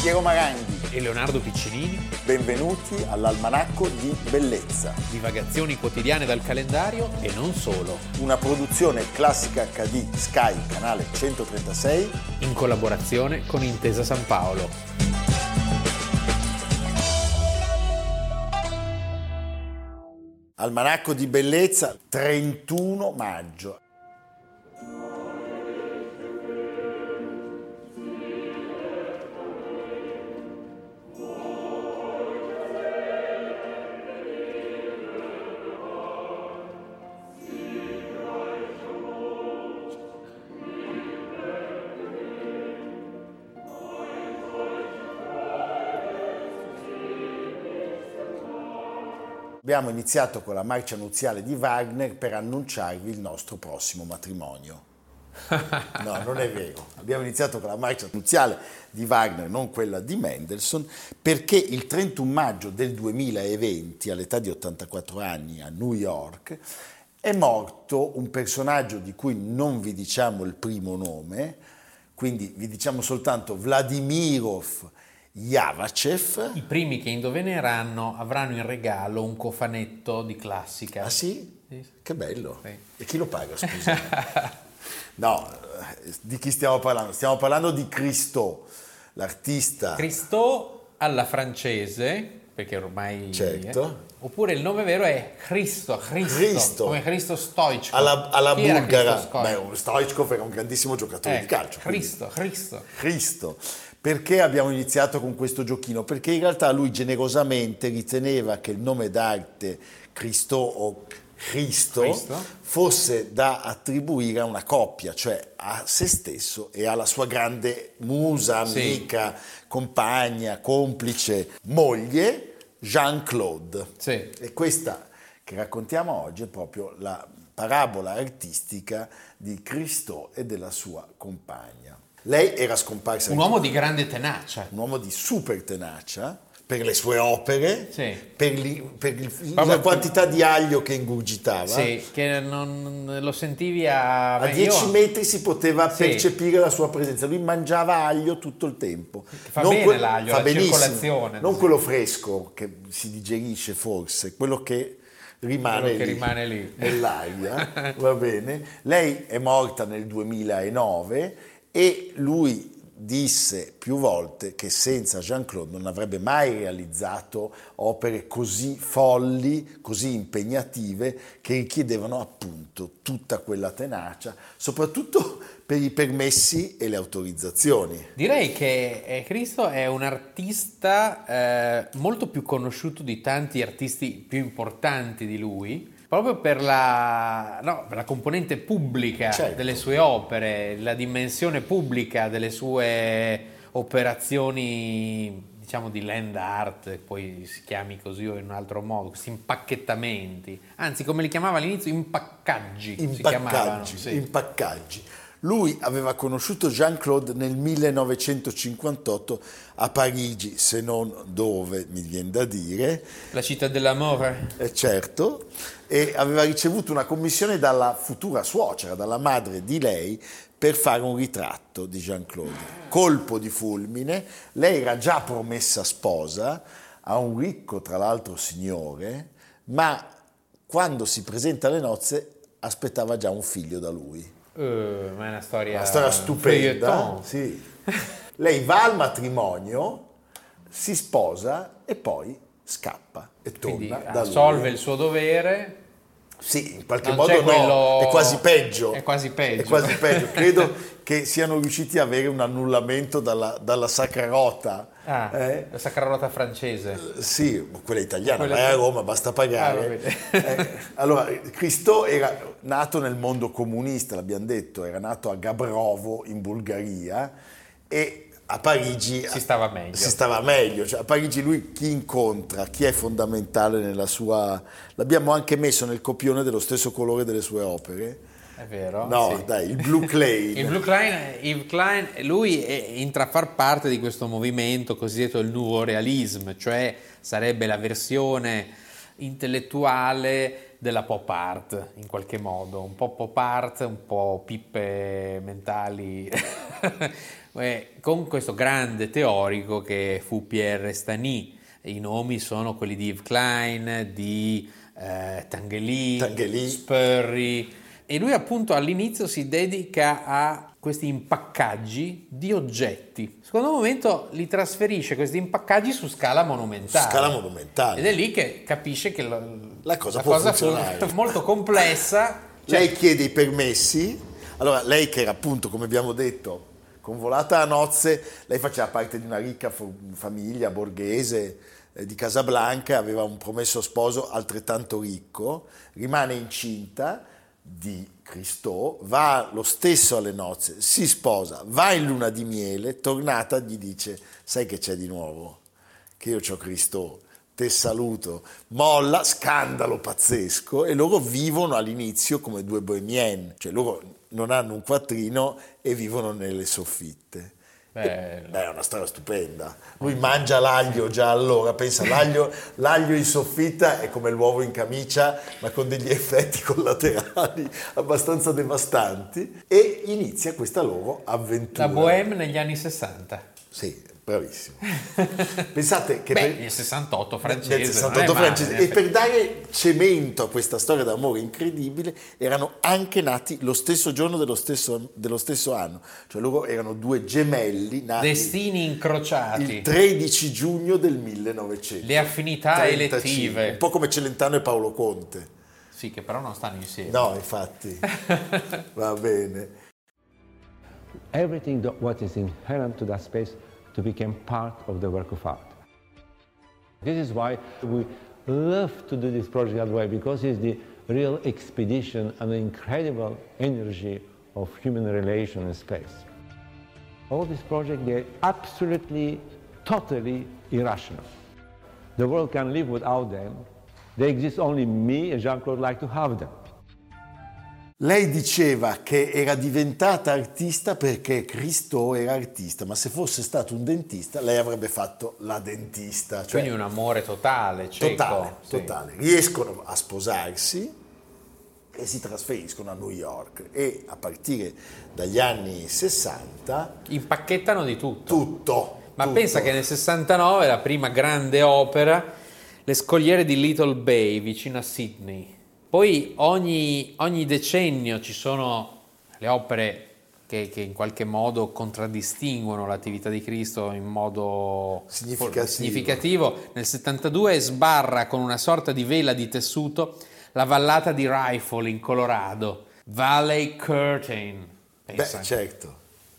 Piero Maranghi e Leonardo Piccinini. Benvenuti all'Almanacco di Bellezza. Divagazioni quotidiane dal calendario e non solo. Una produzione Classica HD Sky, canale 136. In collaborazione con Intesa San Paolo. Almanacco di Bellezza, 31 maggio. Abbiamo iniziato con la marcia nuziale di Wagner per annunciarvi il nostro prossimo matrimonio. No, non è vero. Abbiamo iniziato con la marcia nuziale di Wagner, non quella di Mendelssohn, perché il 31 maggio del 2020, all'età di 84 anni, a New York, è morto un personaggio di cui non vi diciamo il primo nome, quindi vi diciamo soltanto Vladimirov Yavachev. I primi che indovineranno avranno in regalo un cofanetto di classica. Ah sì? Sì. Che bello. Sì. E chi lo paga, scusa? No, di chi stiamo parlando? Stiamo parlando di Christo, l'artista. Christo alla francese, perché ormai... Certo. Oppure il nome vero è Hristo, come Hristo Stoichkov. Alla Chi era bulgara. Hristo Stoichkov era un grandissimo giocatore di calcio. Hristo. Perché abbiamo iniziato con questo giochino? Perché in realtà lui generosamente riteneva che il nome d'arte Christo o Cristo fosse da attribuire a una coppia, cioè a se stesso e alla sua grande musa, amica, compagna, complice, moglie, Jean-Claude. Sì. E questa che raccontiamo oggi è proprio la parabola artistica di Christo e della sua compagna. Lei era scomparsa. Un uomo di grande tenacia. Un uomo di super tenacia per le sue opere, sì. per la quantità di aglio che ingurgitava. Sì, che non lo sentivi a 10 metri si poteva percepire la sua presenza. Lui mangiava aglio tutto il tempo. Fa bene l'aglio, fa benissimo. Circolazione. Non quello fresco che si digerisce forse, quello che rimane lì nell'aria. Va bene. Lei è morta nel 2009 e lui disse più volte che senza Jean-Claude non avrebbe mai realizzato opere così folli, così impegnative, che richiedevano appunto tutta quella tenacia, soprattutto per i permessi e le autorizzazioni. Direi che Christo è un artista molto più conosciuto di tanti artisti più importanti di lui, proprio per la componente pubblica delle sue opere, la dimensione pubblica delle sue operazioni, diciamo di land art, poi si chiami così o in un altro modo, questi impacchettamenti, anzi come li chiamava all'inizio, impaccaggi. Lui aveva conosciuto Jean-Claude nel 1958 a Parigi, se non dove, mi viene da dire. La città dell'amore. Certo, e aveva ricevuto una commissione dalla futura suocera, dalla madre di lei, per fare un ritratto di Jean-Claude. Colpo di fulmine, lei era già promessa sposa a un ricco, tra l'altro, signore, ma quando si presenta alle nozze aspettava già un figlio da lui. Ma è una storia stupenda. Sì. Lei va al matrimonio, si sposa e poi scappa e torna da lui. Assolve il suo dovere. Sì, in qualche modo no, è quasi peggio. È quasi peggio. Credo che siano riusciti a avere un annullamento dalla Sacra Rota. La Sacra Rota francese. Sì, quella italiana, vai a Roma, basta pagare. Allora, Christo era nato nel mondo comunista, l'abbiamo detto, era nato a Gabrovo in Bulgaria e a Parigi si stava meglio. Cioè, a Parigi lui chi incontra, chi è fondamentale nella sua... L'abbiamo anche messo nel copione dello stesso colore delle sue opere. È vero? No, sì. Dai, il Blue Klein. Yves Klein, lui entra a far parte di questo movimento cosiddetto il Nouveau Realisme, cioè sarebbe la versione intellettuale della pop art, in qualche modo, un po' pop art, un po' pippe mentali, con questo grande teorico che fu Pierre Stany. I nomi sono quelli di Yves Klein, di Tanguy, Spurry, e lui appunto all'inizio si dedica a questi impaccaggi di oggetti. Secondo momento li trasferisce questi impaccaggi su scala monumentale. Ed è lì che capisce che la cosa può funzionare. È molto complessa. Lei chiede i permessi. Allora, lei che era appunto, come abbiamo detto, convolata a nozze, lei faceva parte di una ricca famiglia borghese di Casablanca, aveva un promesso sposo altrettanto ricco, rimane incinta di Christo, va lo stesso alle nozze, si sposa, va in luna di miele, tornata gli dice: sai che c'è di nuovo? Che io c'ho Christo, te saluto, molla, scandalo pazzesco, e loro vivono all'inizio come due bohemienne, cioè loro non hanno un quattrino e vivono nelle soffitte. È una storia stupenda. Lui mangia l'aglio già allora, pensa, l'aglio in soffitta è come l'uovo in camicia, ma con degli effetti collaterali abbastanza devastanti, e inizia questa loro avventura. La Bohème negli anni 60. Sì, bravissimo. Pensate che nel 68 francese, nel 68 francese, e per dare cemento a questa storia d'amore incredibile erano anche nati lo stesso giorno dello stesso anno, cioè loro erano due gemelli nati, destini incrociati, il 13 giugno del 1900. Le affinità elettive, un po' come Celentano e Paolo Conte. Sì, che però non stanno insieme. No, infatti. Va bene. Everything what is inherent to that space to become part of the work of art. This is why we love to do this project that way, because it's the real expedition and the incredible energy of human relation in space. All these projects, they're absolutely, totally irrational. The world can live without them. They exist, only me and Jean-Claude like to have them. Lei diceva che era diventata artista perché Christo era artista, ma se fosse stato un dentista lei avrebbe fatto la dentista. Cioè, quindi un amore totale, cieco. Totale. Riescono a sposarsi e si trasferiscono a New York, e a partire dagli anni 60 impacchettano di tutto. Ma tutto. Pensa che nel 69 la prima grande opera, Le scogliere di Little Bay, vicino a Sydney. Poi ogni decennio ci sono le opere che in qualche modo contraddistinguono l'attività di Cristo in modo significativo. Nel 72 sbarra con una sorta di vela di tessuto la vallata di Rifle in Colorado, Valley Curtain. Pensa. Beh, certo.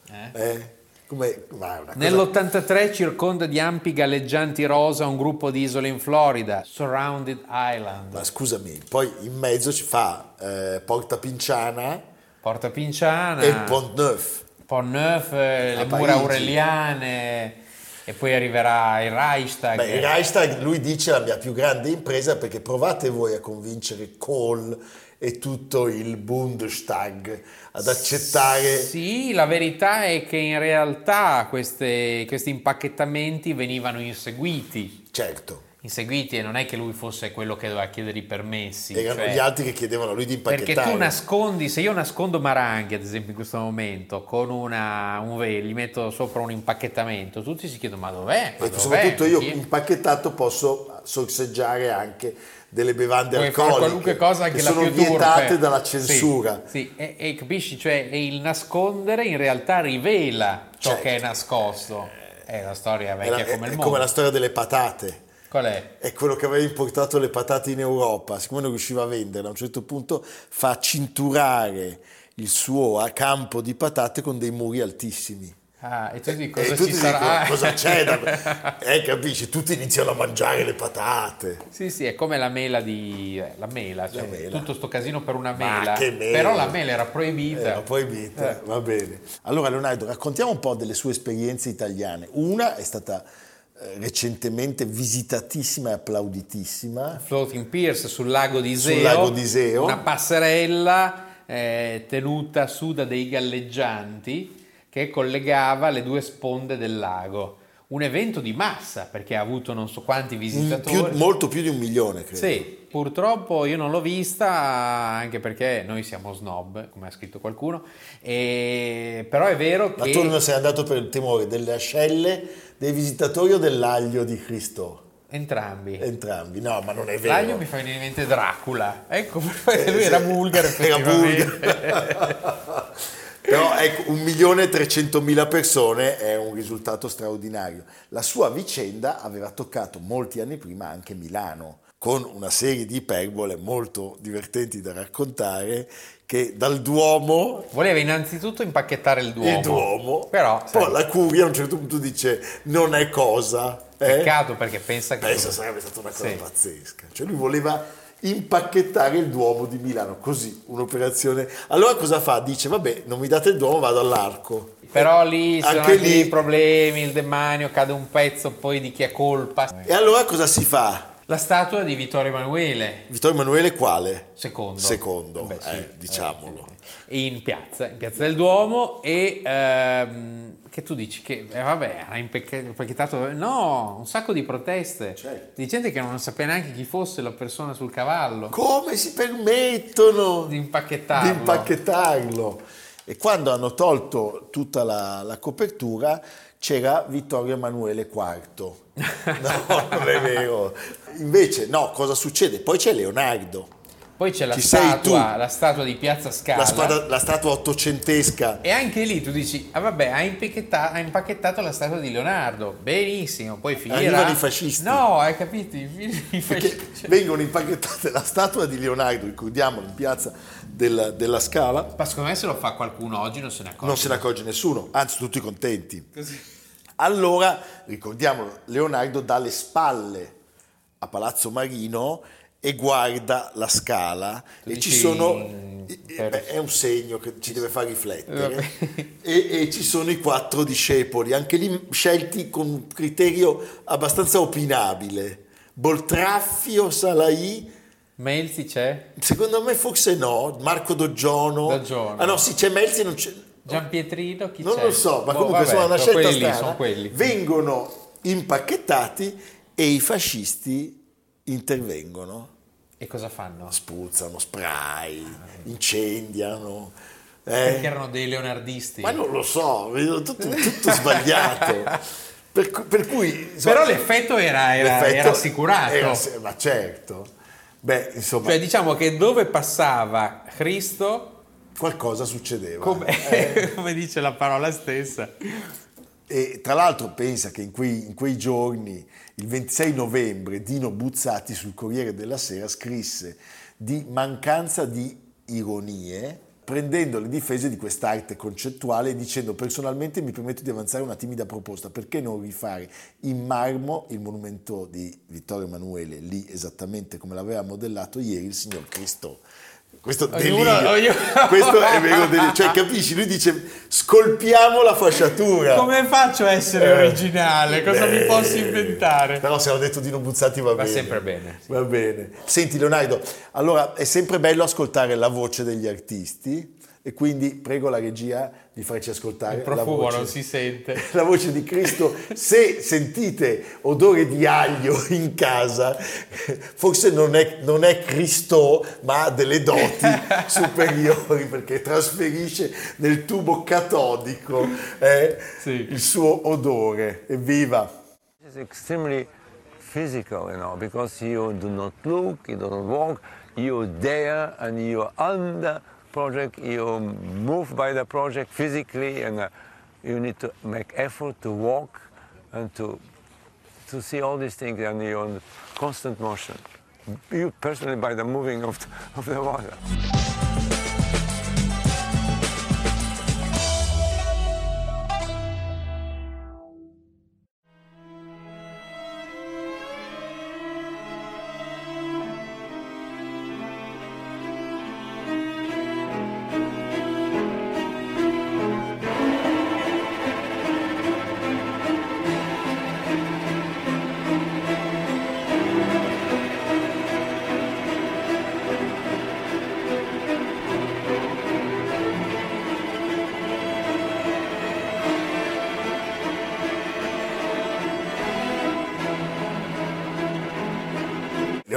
Nell'83 circonda di ampi galleggianti rosa un gruppo di isole in Florida, Surrounded Island. Ma scusami, poi in mezzo ci fa Porta Pinciana e Pont-Neuf, le mura aureliane, e poi arriverà il Reichstag. Il Reichstag, lui dice, la mia più grande impresa, perché provate voi a convincere Kohl e tutto il Bundestag ad accettare. Sì, la verità è che in realtà questi impacchettamenti venivano inseguiti. Certo. Inseguiti, e non è che lui fosse quello che doveva chiedere i permessi. Erano gli altri che chiedevano a lui di impacchettare. Perché tu nascondi, se io nascondo Maranghi ad esempio in questo momento con un velo, gli metto sopra un impacchettamento, tutti si chiedono ma dov'è? Soprattutto io impacchettato posso sorseggiare anche delle bevande alcoliche, qualunque cosa, anche che la sono più vietate turpe dalla censura. Sì. E capisci, cioè il nascondere in realtà rivela ciò che è nascosto. È una storia vecchia come il mondo. È come la storia delle patate. Qual è? È quello che aveva importato le patate in Europa, siccome non riusciva a venderle, a un certo punto fa cinturare il suo campo di patate con dei muri altissimi. E tu dici cosa ci sarà? Cosa c'è capisci? Tutti iniziano a mangiare le patate. Sì, è come la mela la mela. Tutto sto casino per una mela. Che mela. Però la mela era proibita. Va bene. Allora Leonardo, raccontiamo un po' delle sue esperienze italiane. Una è stata recentemente visitatissima e applauditissima. Floating Piers sul lago di Iseo. Una passerella tenuta su da dei galleggianti che collegava le due sponde del lago. un evento di massa, perché ha avuto non so quanti visitatori. Molto più di 1 milione, credo. Sì, purtroppo io non l'ho vista, anche perché noi siamo snob, come ha scritto qualcuno, però è vero Ma che... tu non sei andato per il timore delle ascelle dei visitatori o dell'aglio di Cristo? Entrambi. Entrambi, no, ma non è vero. L'aglio mi fa venire in mente Dracula, ecco, perché lui era bulgaro effettivamente. Però ecco, 1.300.000 persone è un risultato straordinario. La sua vicenda aveva toccato molti anni prima anche Milano, con una serie di iperbole molto divertenti da raccontare, che dal Duomo... Voleva innanzitutto impacchettare il Duomo. Il Duomo, però poi la curia a un certo punto dice non è cosa. Peccato, perché pensa che... Sarebbe stata una cosa Sì. pazzesca. Cioè lui voleva impacchettare il Duomo di Milano, così, un'operazione. Allora cosa fa? Dice, vabbè, non mi date il Duomo, vado all'Arco. Però lì ci sono Anche anche lì- i problemi, il demanio, cade un pezzo, poi di chi è colpa. E allora cosa si fa? La statua di Vittorio Emanuele Vittorio Emanuele quale? II. Beh, Sì. diciamolo. In piazza del Duomo, e che tu dici che vabbè, ha impacchettato, no, un sacco di proteste, Certo. di gente che non sapeva neanche chi fosse la persona sul cavallo, Come si permettono di impacchettarlo. di impacchettarlo? E quando hanno tolto tutta la copertura c'era Vittorio Emanuele IV. No, non è vero. Invece, no, cosa succede? Poi c'è Leonardo. Poi c'è Ci sei tu. la statua di Piazza Scala. La statua ottocentesca. E anche lì tu dici, vabbè, ha impacchettato la statua di Leonardo, benissimo, poi finirà... Arrivano i fascisti. No, hai capito? I Perché fascisti. vengono impacchettate la statua di Leonardo, ricordiamo, in piazza della Scala. Ma secondo me se lo fa qualcuno oggi non se ne accorge. Non se ne accorge nessuno, anzi tutti contenti. Allora, ricordiamo, Leonardo dà le spalle a Palazzo Marino e guarda la Scala Tu e dici, ci sono... per- È un segno che ci deve far riflettere. E ci sono i 4 discepoli, anche lì scelti con un criterio abbastanza opinabile. Boltraffio, Salai... Melzi c'è? Secondo me forse no, Marco Doggiono. Doggiono. Ah no, sì, c'è Melzi, non c'è... Gianpietrino, chi Non c'è? lo so, ma Boh, comunque vabbè, sono una sono scelta quelli lì, strana. sono quelli. Vengono impacchettati e i fascisti intervengono, E cosa fanno? spruzzano spray, incendiano. Perché erano dei leonardisti. Ma non lo so, vedo tutto sbagliato. Per cui, insomma, Però l'effetto era assicurato. Ma certo. Beh, insomma, Cioè diciamo che dove passava Cristo, qualcosa succedeva. come dice la parola stessa. E tra l'altro pensa che in quei giorni, il 26 novembre, Dino Buzzati sul Corriere della Sera scrisse di mancanza di ironie, prendendo le difese di quest'arte concettuale e dicendo: personalmente mi permetto di avanzare una timida proposta, perché non rifare in marmo il monumento di Vittorio Emanuele, lì esattamente come l'aveva modellato ieri il signor Cristo. Questo delirio, questo è vero delirio, cioè capisci, lui dice scolpiamo la fasciatura. Come faccio a essere originale? Cosa mi posso inventare? Però se l'ho detto Dino Buzzati va bene. sempre bene. Va bene. Senti Leonardo, allora è sempre bello ascoltare la voce degli artisti e quindi prego la regia di farci ascoltare Il profumo la voce, non si sente. la voce di Cristo. Se sentite odore di aglio in casa, forse non è Cristo, ma ha delle doti superiori, perché trasferisce nel tubo catodico Sì. il suo odore. Evviva! It's extremely physical, because you do not look, you do not walk, you're there and you're on the project, you move by the project physically, and you need to make effort to walk and to see all these things, and you're in constant motion. You personally by the moving of the water.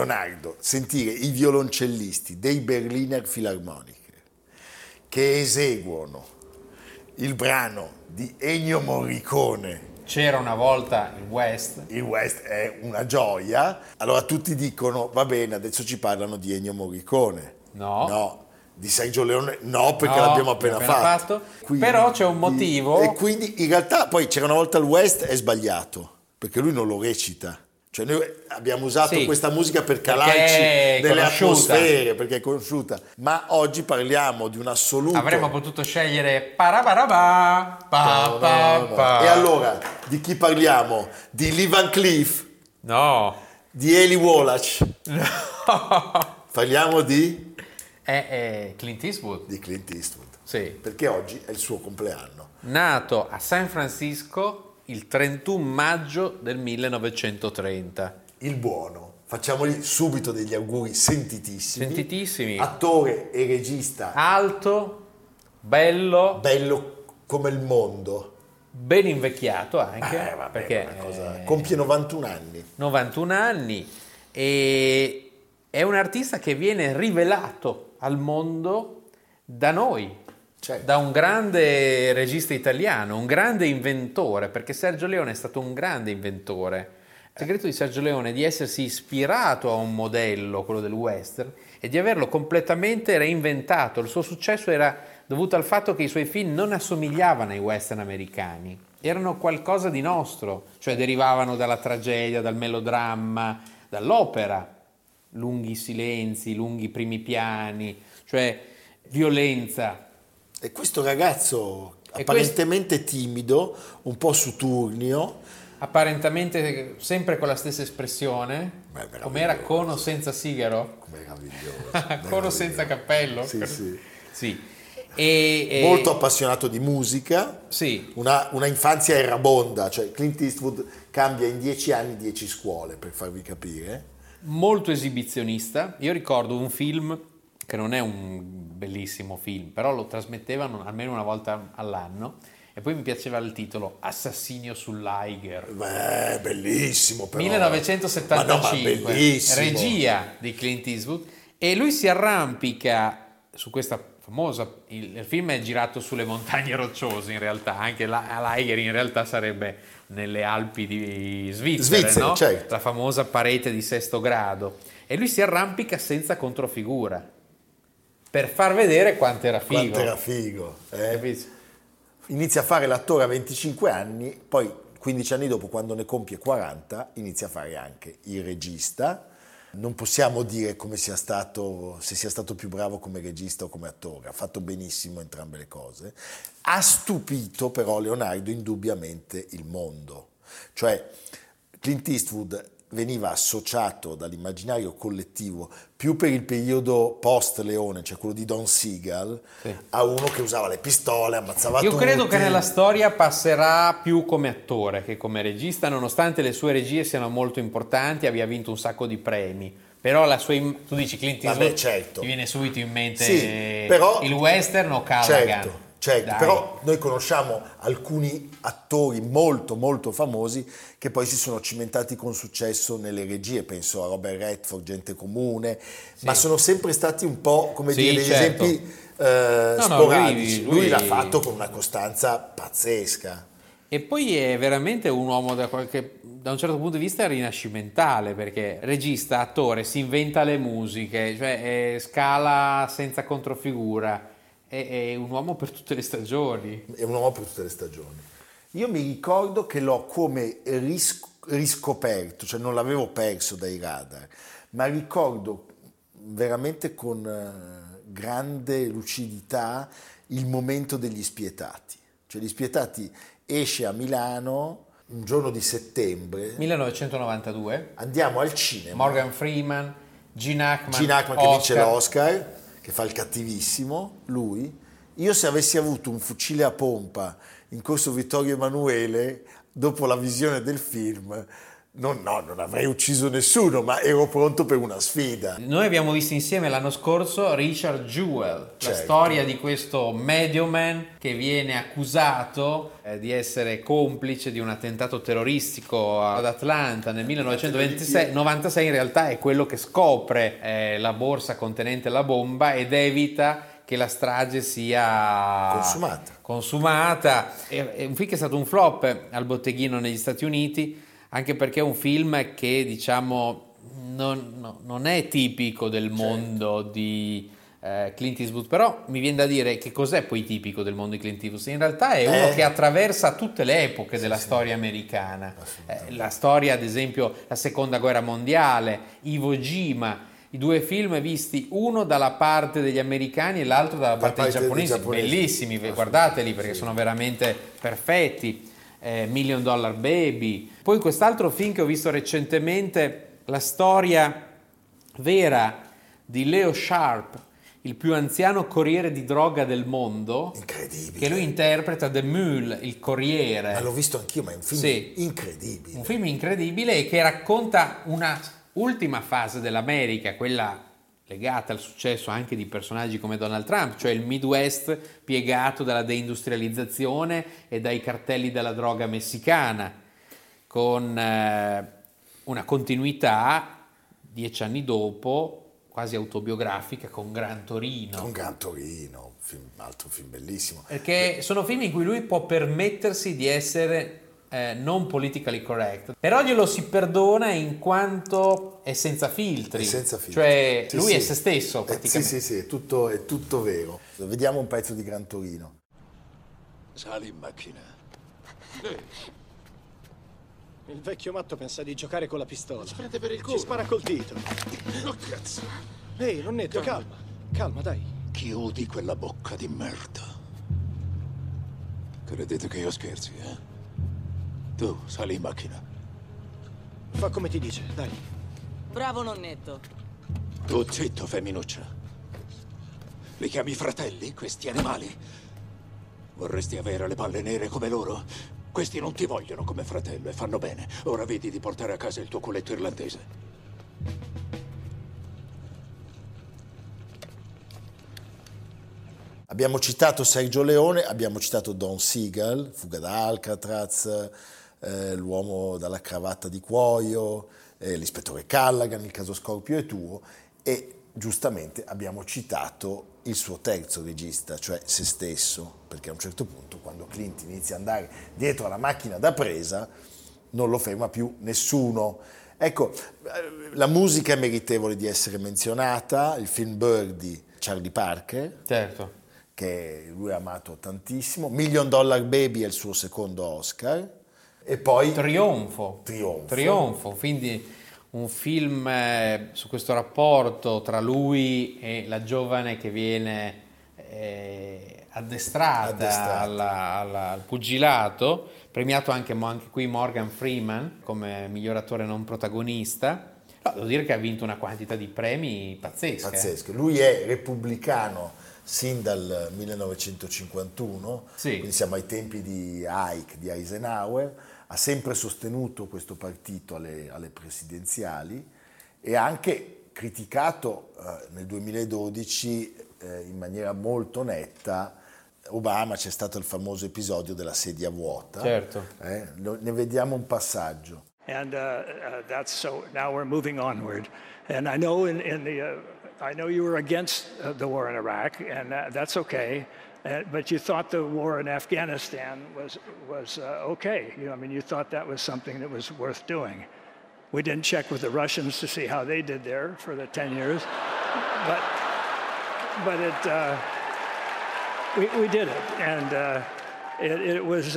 Leonardo, sentire i violoncellisti dei Berliner Philharmoniker che eseguono il brano di Ennio Morricone, C'era una volta il West. il West è una gioia, allora tutti dicono va bene, adesso ci parlano di Ennio Morricone. No. Di Sergio Leone no, perché No, l'abbiamo appena fatto. Quindi, però c'è un motivo. E quindi in realtà poi c'era una volta il West, è sbagliato, perché lui non lo recita. Cioè noi abbiamo usato Sì, questa musica per perché calarci è nelle conosciuta. atmosfere, perché è conosciuta. Ma oggi parliamo di un assoluto... Avremmo potuto scegliere parabarabà, pa, pa, pa. E allora, di chi parliamo? Di Lee Van Cleef, No. di Eli Wallach. No. Parliamo di È Clint Eastwood. Clint Eastwood, Sì. perché oggi è il suo compleanno. Nato a San Francisco il 31 maggio del 1930. Il buono, facciamogli subito degli auguri sentitissimi. Sentitissimi. Attore e regista, Alto, bello, bello come il mondo. ben invecchiato anche, Vabbè, perché una cosa... compie 91 anni. 91 anni e è un artista che viene rivelato al mondo da noi, Certo. da un grande regista italiano, un grande inventore, perché Sergio Leone è stato un grande inventore. Il segreto di Sergio Leone è di essersi ispirato a un modello, quello del western, e di averlo completamente reinventato. Il suo successo era dovuto al fatto che i suoi film non assomigliavano ai western americani, erano qualcosa di nostro, cioè derivavano dalla tragedia, dal melodramma, dall'opera, lunghi silenzi, lunghi primi piani, cioè violenza. E questo ragazzo apparentemente timido, un po' suturnio, Apparentemente sempre con la stessa espressione, Beh, com'era, con o senza sigaro? meraviglioso. Con o senza cappello? Sì, sì. Sì. E Molto appassionato di musica, sì, una infanzia errabonda, cioè Clint Eastwood cambia in 10 anni 10 scuole, per farvi capire. molto esibizionista. Io ricordo un film che non è un bellissimo film, però lo trasmettevano almeno una volta all'anno e poi mi piaceva il titolo Assassinio sull'Eiger. Beh, bellissimo però. 1975, Ma bellissimo. regia di Clint Eastwood, e lui si arrampica su questa famosa, il film è girato sulle montagne rocciose in realtà, anche l'Eiger in realtà sarebbe nelle Alpi di Svizzera, no? Certo. La famosa parete di sesto grado, e lui si arrampica senza controfigura per far vedere quanto era figo. Quanto era figo. Capisci? Inizia a fare l'attore a 25 anni, poi 15 anni dopo, quando ne compie 40, inizia a fare anche il regista. Non possiamo dire come sia stato, se sia stato più bravo come regista o come attore, ha fatto benissimo entrambe le cose. Ha stupito però Leonardo indubbiamente il mondo, cioè Clint Eastwood veniva associato dall'immaginario collettivo più per il periodo post-Leone, cioè quello di Don Siegel, Sì. a uno che usava le pistole, ammazzava Io tutti. credo che nella storia passerà più come attore che come regista, nonostante le sue regie siano molto importanti, abbia vinto un sacco di premi. Però la sua tu dici Clint Eastwood, Vabbè, certo. ti viene subito in mente Sì, però, il western o Callaghan. certo, Dai. però noi conosciamo alcuni attori molto molto famosi che poi si sono cimentati con successo nelle regie, penso a Robert Redford, Gente Comune, ma sono sempre stati un po', come Sì, dire, degli certo. esempi No, sporadici. lui- Lui l'ha fatto con una costanza pazzesca. E poi è veramente un uomo da un certo punto di vista rinascimentale, perché regista, attore, si inventa le musiche, cioè scala senza controfigura, è un uomo per tutte le stagioni. È un uomo per tutte le stagioni. Io mi ricordo che l'ho come riscoperto, cioè non l'avevo perso dai radar, ma ricordo veramente con grande lucidità il momento degli Spietati. Cioè Gli Spietati esce a Milano un giorno di settembre, 1992, andiamo al cinema. Morgan Freeman, Gene Hackman Che vince Oscar. l'Oscar, che fa il cattivissimo, lui. Io se avessi avuto un fucile a pompa in corso Vittorio Emanuele, dopo la visione del film, non avrei ucciso nessuno, ma ero pronto per una sfida. Noi abbiamo visto insieme l'anno scorso Richard Jewell, Certo. la storia di questo medioman che viene accusato di essere complice di un attentato terroristico ad Atlanta nel 1996. In realtà è quello che scopre la borsa contenente la bomba ed evita che la strage sia consumata. È un film che è stato un flop al botteghino negli Stati Uniti, anche perché è un film che, diciamo, non è tipico del mondo di Clint Eastwood, però mi viene da dire che cos'è poi tipico del mondo di Clint Eastwood? In realtà è uno che attraversa tutte le epoche della storia americana, la storia, ad esempio, la seconda guerra mondiale, Iwo Jima, i due film visti uno dalla parte degli americani e l'altro dalla parte dei giapponesi, bellissimi, guardateli perché sono veramente perfetti. Million Dollar Baby. Poi quest'altro film che ho visto recentemente, la storia vera di Leo Sharp, il più anziano corriere di droga del mondo. Incredibile. Che lui interpreta The Mule, il corriere. Ma l'ho visto anch'io, ma è un film incredibile. Un film incredibile e che racconta una ultima fase dell'America, quella legata al successo anche di personaggi come Donald Trump, cioè il Midwest piegato dalla deindustrializzazione e dai cartelli della droga messicana, con una continuità 10 anni dopo, quasi autobiografica, con Gran Torino. Con Gran Torino, altro film bellissimo. Perché sono film in cui lui può permettersi di essere non politically correct, però glielo si perdona in quanto è senza filtri, cioè lui è se stesso praticamente. Sì, è tutto vero. Vediamo un pezzo di Gran Torino. Sali in macchina. Il vecchio matto pensa di giocare con la pistola. Ci prende per il culo. Ci spara col dito. Oh, cazzo. Ehi, nonnetto, calma, dai. Chiudi quella bocca di merda. Credete che io scherzi, eh? Tu, sali in macchina. Fa come ti dice, dai. Bravo nonnetto. Tu zitto, femminuccia. Li chiami fratelli, questi animali? Vorresti avere le palle nere come loro? Questi non ti vogliono come fratello e fanno bene. Ora vedi di portare a casa il tuo culetto irlandese. Abbiamo citato Sergio Leone, abbiamo citato Don Siegel, Fuga da Alcatraz, L'uomo dalla cravatta di cuoio, l'ispettore Callaghan, Il caso Scorpio è tuo, e giustamente abbiamo citato il suo terzo regista, cioè se stesso, perché a un certo punto, quando Clint inizia ad andare dietro alla macchina da presa, non lo ferma più nessuno. Ecco, la musica è meritevole di essere menzionata, il film Birdie, Charlie Parker, certo, che lui ha amato tantissimo, Million Dollar Baby è il suo secondo Oscar, e poi Trionfo, quindi un film su questo rapporto tra lui e la giovane che viene addestrata al pugilato, premiato anche qui Morgan Freeman come miglior attore non protagonista. No, devo dire che ha vinto una quantità di premi pazzesche. Lui è repubblicano sin dal 1951, quindi siamo ai tempi di Ike, di Eisenhower, ha sempre sostenuto questo partito alle presidenziali e ha anche criticato nel 2012 in maniera molto netta Obama. C'è stato il famoso episodio della sedia vuota. Certo. Ne vediamo un passaggio. And that's so. Now we're moving onward, and I know I know you were against the war in Iraq, and that's okay. But you thought the war in Afghanistan was okay. I mean, you thought that was something that was worth doing. We didn't check with the Russians to see how they did there for the 10 years, but we did it, and it was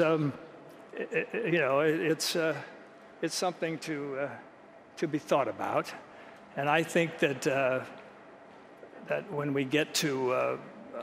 it's something to be thought about, and I think that when we get to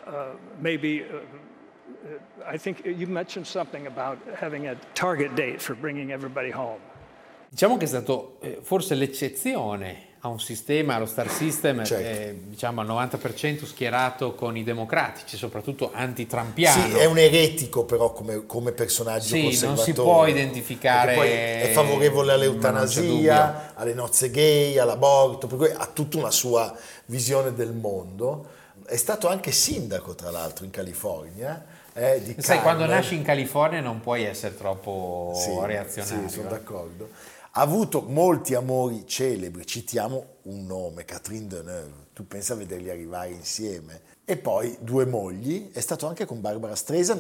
I think you mentioned something about having a target date for bringing everybody home. Diciamo che è stato forse l'eccezione ha un sistema, lo Star System, Certo. diciamo al 90% schierato con i democratici, soprattutto anti-trumpiano. Sì, è un eretico però come personaggio Sì, conservatore. non si può identificare. Perché poi è favorevole ma non c'è all'eutanasia, alle nozze gay, all'aborto, per cui ha tutta una sua visione del mondo. È stato anche sindaco, tra l'altro, in California. Di Sai, quando Carmel. nasci in California non puoi essere troppo Sì, reazionario. Sì, sono d'accordo. Ha avuto molti amori celebri, citiamo un nome, Catherine Deneuve, tu pensa a vederli arrivare insieme. E poi 2 mogli, è stato anche con Barbara Streisand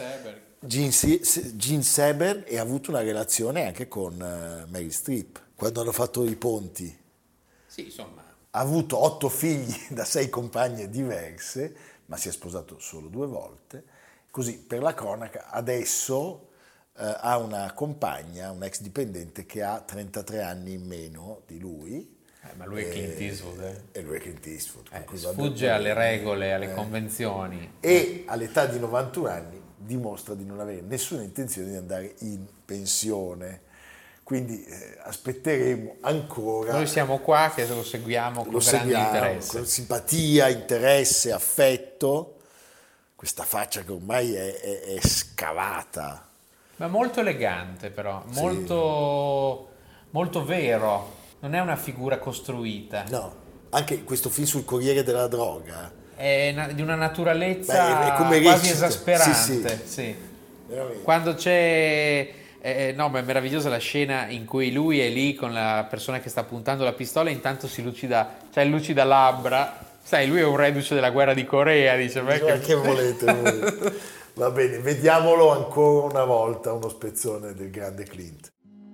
Gene Seberg, e ha avuto una relazione anche con Meryl Streep, quando hanno fatto I Ponti. Sì, insomma. Ha avuto 8 figli da 6 compagne diverse, ma si è sposato solo 2 volte. Così, per la cronaca, adesso ha una compagna, un ex dipendente che ha 33 anni in meno di lui. Ma lui è Clint Eastwood. E lui è Clint Eastwood. Sfugge alle regole, alle convenzioni. E all'età di 91 anni dimostra di non avere nessuna intenzione di andare in pensione. Quindi aspetteremo ancora. Noi siamo qua che lo seguiamo con grande interesse. Con simpatia, interesse, affetto. Questa faccia che ormai è scavata. Ma molto elegante però, molto, molto vero, non è una figura costruita. No, anche questo film sul Corriere della Droga. È di una naturalezza è come quasi recita. esasperante. Sì. Veramente. Quando c'è... no, ma è meravigliosa la scena in cui lui è lì con la persona che sta puntando la pistola e intanto si lucida, cioè il lucida labbra. Sai, lui è un reduce della guerra di Corea, dice. Che volete voi? Va bene, vediamolo ancora una volta, uno spezzone del grande Clint.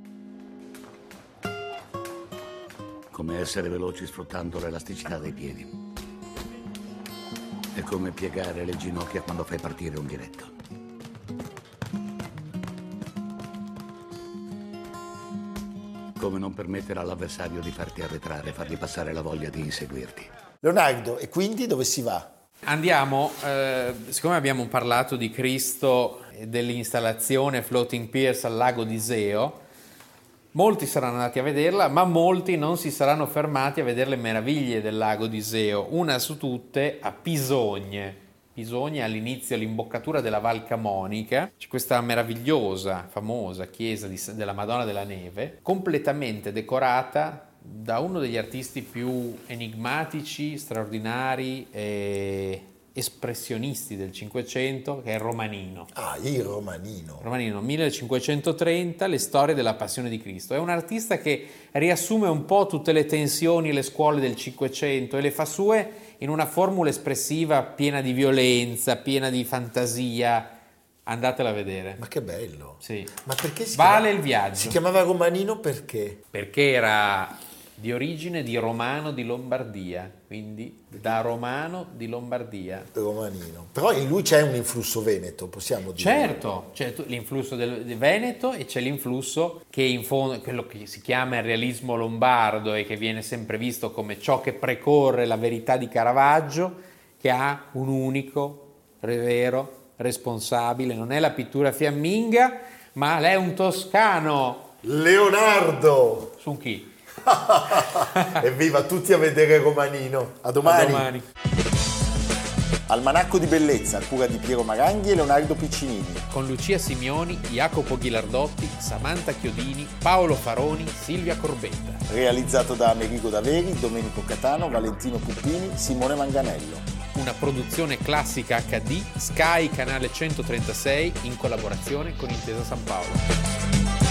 Come essere veloci sfruttando l'elasticità dei piedi. È come piegare le ginocchia quando fai partire un diretto. Come non permettere all'avversario di farti arretrare, fargli passare la voglia di inseguirti. Leonardo, e quindi dove si va? Andiamo, siccome abbiamo parlato di Cristo e dell'installazione Floating Piers al lago di Iseo, molti saranno andati a vederla, ma molti non si saranno fermati a vedere le meraviglie del lago di Iseo. Una su tutte a Pisogne. Pisogne, all'inizio, l'imboccatura della Val Camonica, c'è questa meravigliosa, famosa chiesa della Madonna della Neve, completamente decorata da uno degli artisti più enigmatici, straordinari e espressionisti del Cinquecento, che è Romanino. Ah, il Romanino. Romanino, 1530, le storie della Passione di Cristo. È un artista che riassume un po' tutte le tensioni e le scuole del Cinquecento e le fa sue in una formula espressiva piena di violenza, piena di fantasia. Andatela a vedere. Ma che bello. Sì. Ma perché vale il viaggio. Si chiamava Romanino perché? Perché era di origine di Romano di Lombardia, quindi da Romano di Lombardia. Romanino. Però in lui c'è un influsso veneto, possiamo dire. Certo, c'è l'influsso del Veneto e c'è l'influsso che in fondo, quello che si chiama il realismo lombardo e che viene sempre visto come ciò che precorre la verità di Caravaggio, che ha un unico, vero, responsabile, non è la pittura fiamminga, ma lei è un toscano. Leonardo! Su chi? Evviva, tutti a vedere Romanino. A domani. A domani. Almanacco di bellezza a cura di Piero Maranghi e Leonardo Piccinini. Con Lucia Simioni, Jacopo Ghilardotti, Samantha Chiodini, Paolo Faroni, Silvia Corbetta. Realizzato da Amerigo Daveri, Domenico Catano, Valentino Puppini, Simone Manganello. Una produzione classica HD, Sky Canale 136 in collaborazione con Intesa San Paolo.